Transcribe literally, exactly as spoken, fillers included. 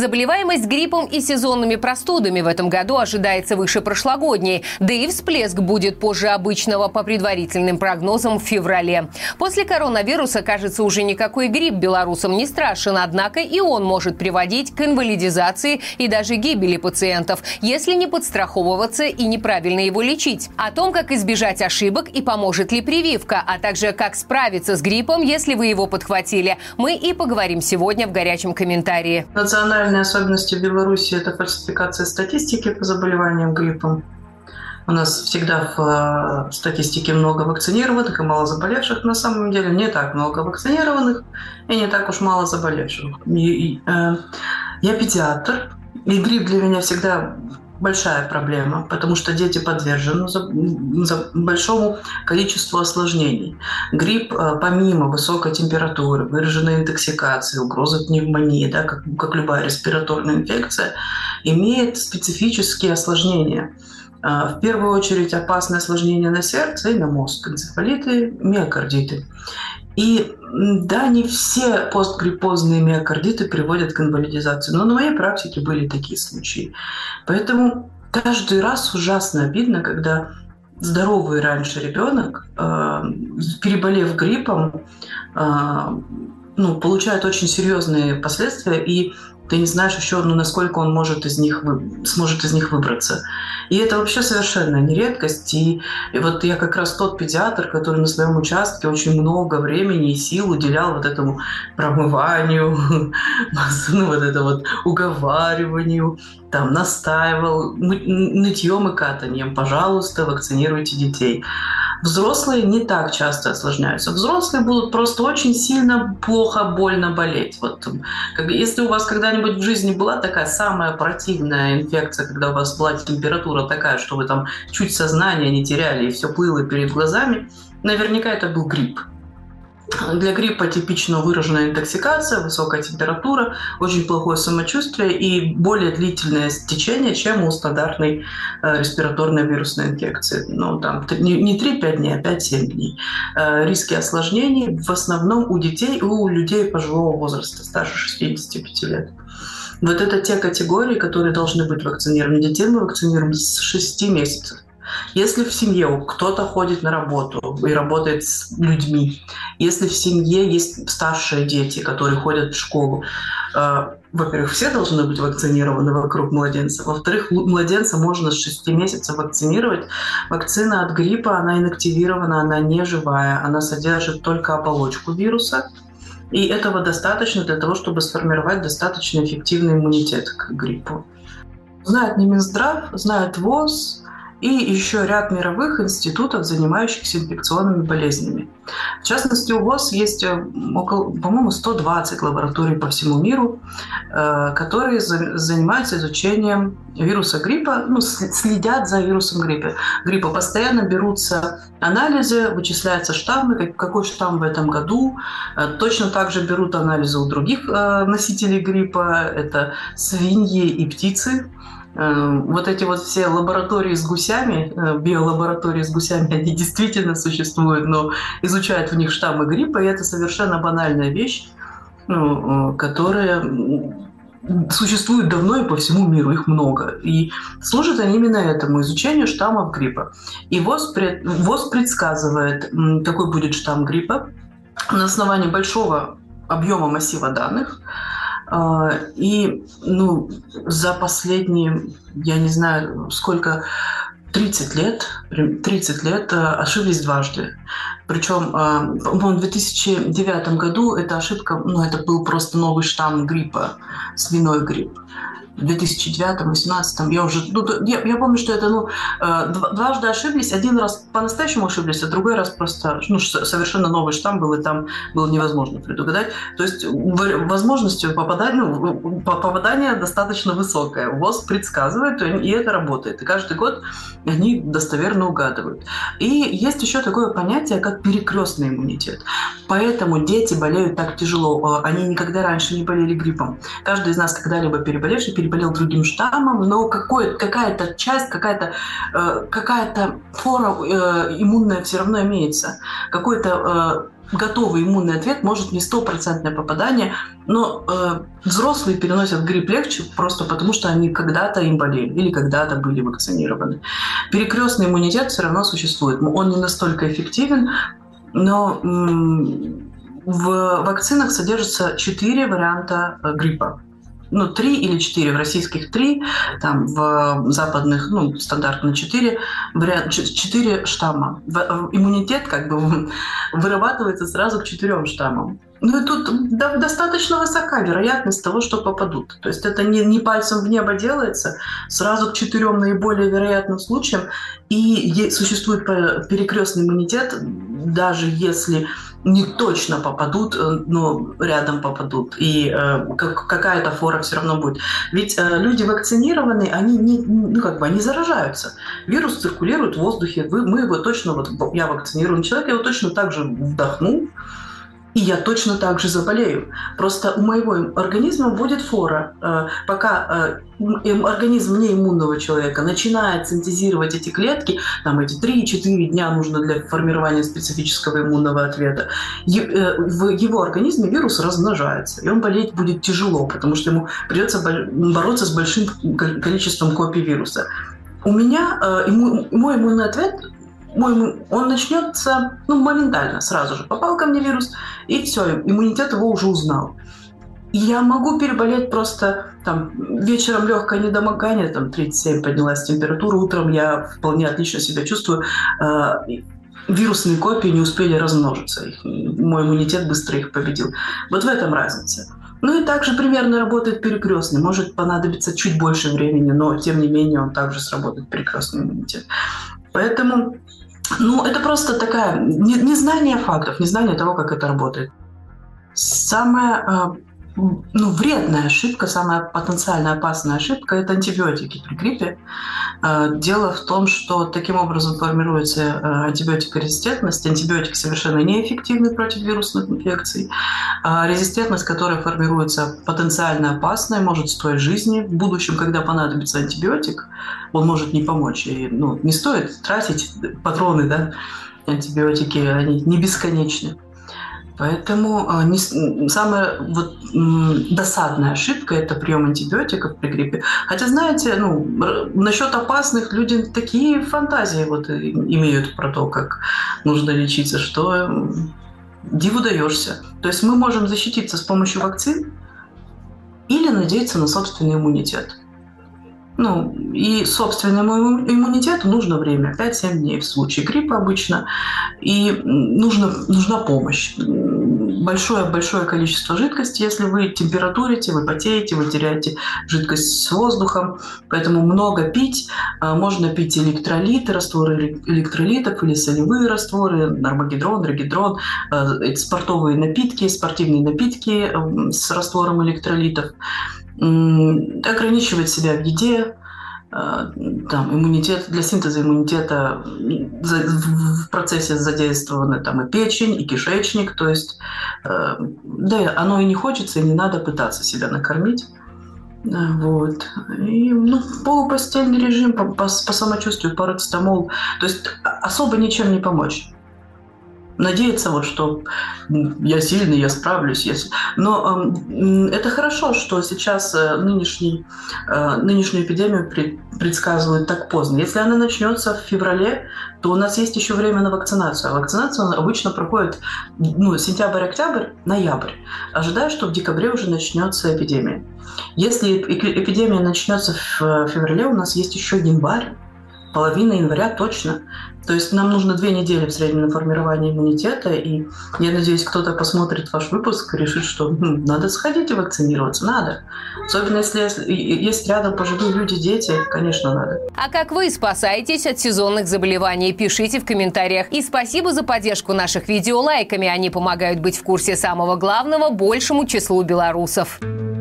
Заболеваемость гриппом и сезонными простудами в этом году ожидается выше прошлогодней, да и всплеск будет позже обычного по предварительным прогнозам в феврале. После коронавируса, кажется, уже никакой грипп белорусам не страшен, однако и он может приводить к инвалидизации и даже гибели пациентов, если не подстраховываться и неправильно его лечить. О том, как избежать ошибок и поможет ли прививка, а также как справиться с гриппом, если вы его подхватили, мы и поговорим сегодня в горячем комментарии. Национальные особенности Беларуси – это фальсификация статистики по заболеваниям гриппом. У нас всегда в статистике много вакцинированных и мало заболевших. На самом деле не так много вакцинированных и не так уж мало заболевших. И, и, э, я педиатр, и грипп для меня всегда большая проблема, потому что дети подвержены за, за большому количеству осложнений. Грипп, помимо высокой температуры, выраженной интоксикации, угрозы пневмонии, да, как, как любая респираторная инфекция, имеет специфические осложнения. В первую очередь опасные осложнения на сердце и на мозг, энцефалиты, миокардиты. И да, не все постгриппозные миокардиты приводят к инвалидизации, но на моей практике были такие случаи. Поэтому каждый раз ужасно обидно, когда здоровый раньше ребенок, э, переболев гриппом, э, ну, получает очень серьезные последствия, и ты не знаешь еще, ну, насколько он может из них вы... сможет из них выбраться. И это вообще совершенно не редкость. И, и вот я как раз тот педиатр, который на своем участке очень много времени и сил уделял вот этому промыванию, ну, вот это вот уговариванию, там, настаивал нытьем и катаньем. Пожалуйста, вакцинируйте детей. Взрослые не так часто осложняются. Взрослые будут просто очень сильно плохо, больно болеть. Вот, как, если у вас когда-нибудь в жизни была такая самая противная инфекция, когда у вас была температура такая, что вы там чуть сознание не теряли и все плыло перед глазами, наверняка это был грипп. Для гриппа типично выраженная интоксикация, высокая температура, очень плохое самочувствие и более длительное течение, чем у стандартной э, респираторной вирусной инфекции. Ну, там не, не три-пять дней, а пять-семь дней. Э, риски осложнений в основном у детей и у людей пожилого возраста, старше шестидесяти пяти лет. Вот это те категории, которые должны быть вакцинированы. Детей мы вакцинируем с шести месяцев. Если в семье кто-то ходит на работу и работает с людьми, если в семье есть старшие дети, которые ходят в школу, э, во-первых, все должны быть вакцинированы вокруг младенца. Во-вторых, младенца можно с шести месяцев вакцинировать. Вакцина от гриппа, она инактивирована, она не живая, она содержит только оболочку вируса. И этого достаточно для того, чтобы сформировать достаточно эффективный иммунитет к гриппу. Знает не Минздрав, знает ВОЗ, и еще ряд мировых институтов, занимающихся инфекционными болезнями. В частности, у ВОЗ есть около, по-моему, сто двадцать лабораторий по всему миру, которые занимаются изучением вируса гриппа, ну, следят за вирусом гриппа. Гриппа постоянно берутся анализы, вычисляются штаммы, какой штамм в этом году. Точно так же берут анализы у других носителей гриппа, это свиньи и птицы. Вот эти вот все лаборатории с гусями, биолаборатории с гусями, они действительно существуют, но изучают в них штаммы гриппа, и это совершенно банальная вещь, ну, которая существует давно и по всему миру, их много. И служат они именно этому, изучению штаммов гриппа. И ВОЗ, пред, ВОЗ предсказывает, какой будет штамм гриппа на основании большого объема массива данных. И ну, за последние, я не знаю, сколько, тридцать лет, тридцать лет ошиблись дважды. Причем, по-моему, в две тысячи девятом году эта ошибка, ну, это был просто новый штамм гриппа, свиной грипп. В две тысячи девятом — две тысячи восемнадцатом я уже... Ну, я, я помню, что это, ну, дважды ошиблись. Один раз по-настоящему ошиблись, а другой раз просто... Ну, совершенно новый штамм был, и там было невозможно предугадать. То есть возможность попадания, ну, попадания достаточно высокая. ВОЗ предсказывает, и это работает. И каждый год они достоверно угадывают. И есть еще такое понятие, как перекрестный иммунитет. Поэтому дети болеют так тяжело. Они никогда раньше не болели гриппом. Каждый из нас когда-либо переболевший переболел другим штаммом, но какой, какая-то часть, какая-то, э, какая-то фора э, иммунная все равно имеется. Какой-то готовый иммунный ответ может не стопроцентное попадание, но э, взрослые переносят грипп легче просто потому, что они когда-то им болели или когда-то были вакцинированы. Перекрестный иммунитет все равно существует. Он не настолько эффективен, но м- в вакцинах содержится четыре варианта гриппа. Ну, три или четыре, в российских три, там в западных, ну, стандартно четыре, четыре штамма. Иммунитет как бы вырабатывается сразу к четырем штаммам. Ну и тут достаточно высока вероятность того, что попадут. То есть это не, не пальцем в небо делается, сразу к четырем наиболее вероятным случаям. И существует перекрестный иммунитет, даже если не точно попадут, но рядом попадут. И э, как, какая-то фора все равно будет. Ведь э, люди вакцинированные, они не, ну, как бы, они заражаются. Вирус циркулирует в воздухе. Вы, мы его точно, вот я вакцинированный человек, я его точно так же вдохну, и я точно так же заболею. Просто у моего организма будет фора. Пока организм неиммунного человека начинает синтезировать эти клетки, там эти три-четыре дня нужно для формирования специфического иммунного ответа, в его организме вирус размножается, и он болеть будет тяжело, потому что ему придется бороться с большим количеством копий вируса. У меня мой иммунный ответ, Мой, он начнется ну, моментально, сразу же. Попал ко мне вирус, и все, иммунитет его уже узнал. И я могу переболеть просто там, вечером легкое недомогание, там тридцать семь поднялась температура, утром я вполне отлично себя чувствую. Вирусные копии не успели размножиться, их, мой иммунитет быстро их победил. Вот в этом разница. Ну и также примерно работает перекрестный. Может понадобиться чуть больше времени, но тем не менее он также сработает, перекрестный иммунитет. Поэтому ну, это просто такая незнание фактов, незнание того, как это работает. Самая ну, вредная ошибка, самая потенциально опасная ошибка – это антибиотики при гриппе. Дело в том, что таким образом формируется антибиотикорезистентность. Антибиотики совершенно неэффективны против вирусных инфекций. Резистентность, которая формируется потенциально опасной, может стоить жизни. В будущем, когда понадобится антибиотик, он может не помочь. И, ну, не стоит тратить патроны, да? Антибиотики, они не бесконечны. Поэтому э, не, самая вот, м, досадная ошибка – это прием антибиотиков при гриппе. Хотя, знаете, ну, насчет опасных люди такие фантазии вот, имеют про то, как нужно лечиться, что э, диву даешься. То есть мы можем защититься с помощью вакцин или надеяться на собственный иммунитет. Ну, и собственному иммунитету нужно время, пять-семь дней в случае гриппа обычно, и нужно, нужна помощь. Большое-большое количество жидкости, если вы температурите, вы потеете, вы теряете жидкость с воздухом, поэтому много пить. Можно пить электролиты, растворы электролитов или солевые растворы, нормогидрон, регидрон, спортовые напитки, спортивные напитки с раствором электролитов. Ограничивать себя в еде, там, иммунитет, для синтеза иммунитета в процессе задействованы там, и печень, и кишечник, то есть да, оно и не хочется, и не надо пытаться себя накормить. Вот. И, ну, полупостельный режим по, по, по самочувствию, парацетамол, то есть особо ничем не помочь. Надеяться, вот, что я сильный, я справлюсь. Я... Но э, это хорошо, что сейчас э, нынешний, э, нынешнюю эпидемию пред, предсказывают так поздно. Если она начнется в феврале, то у нас есть еще время на вакцинацию. А вакцинация обычно проходит ну, сентябрь-октябрь, ноябрь. Ожидаю, что в декабре уже начнется эпидемия. Если эпидемия начнется в феврале, у нас есть еще январь. Половина января точно. То есть нам нужно две недели в среднем на формирование иммунитета, и я надеюсь, кто-то посмотрит ваш выпуск и решит, что хм, надо сходить и вакцинироваться, надо. Особенно если есть рядом пожилые люди, дети, конечно, надо. А как вы спасаетесь от сезонных заболеваний? Пишите в комментариях. И спасибо за поддержку наших видео лайками. Они помогают быть в курсе самого главного большему числу белорусов.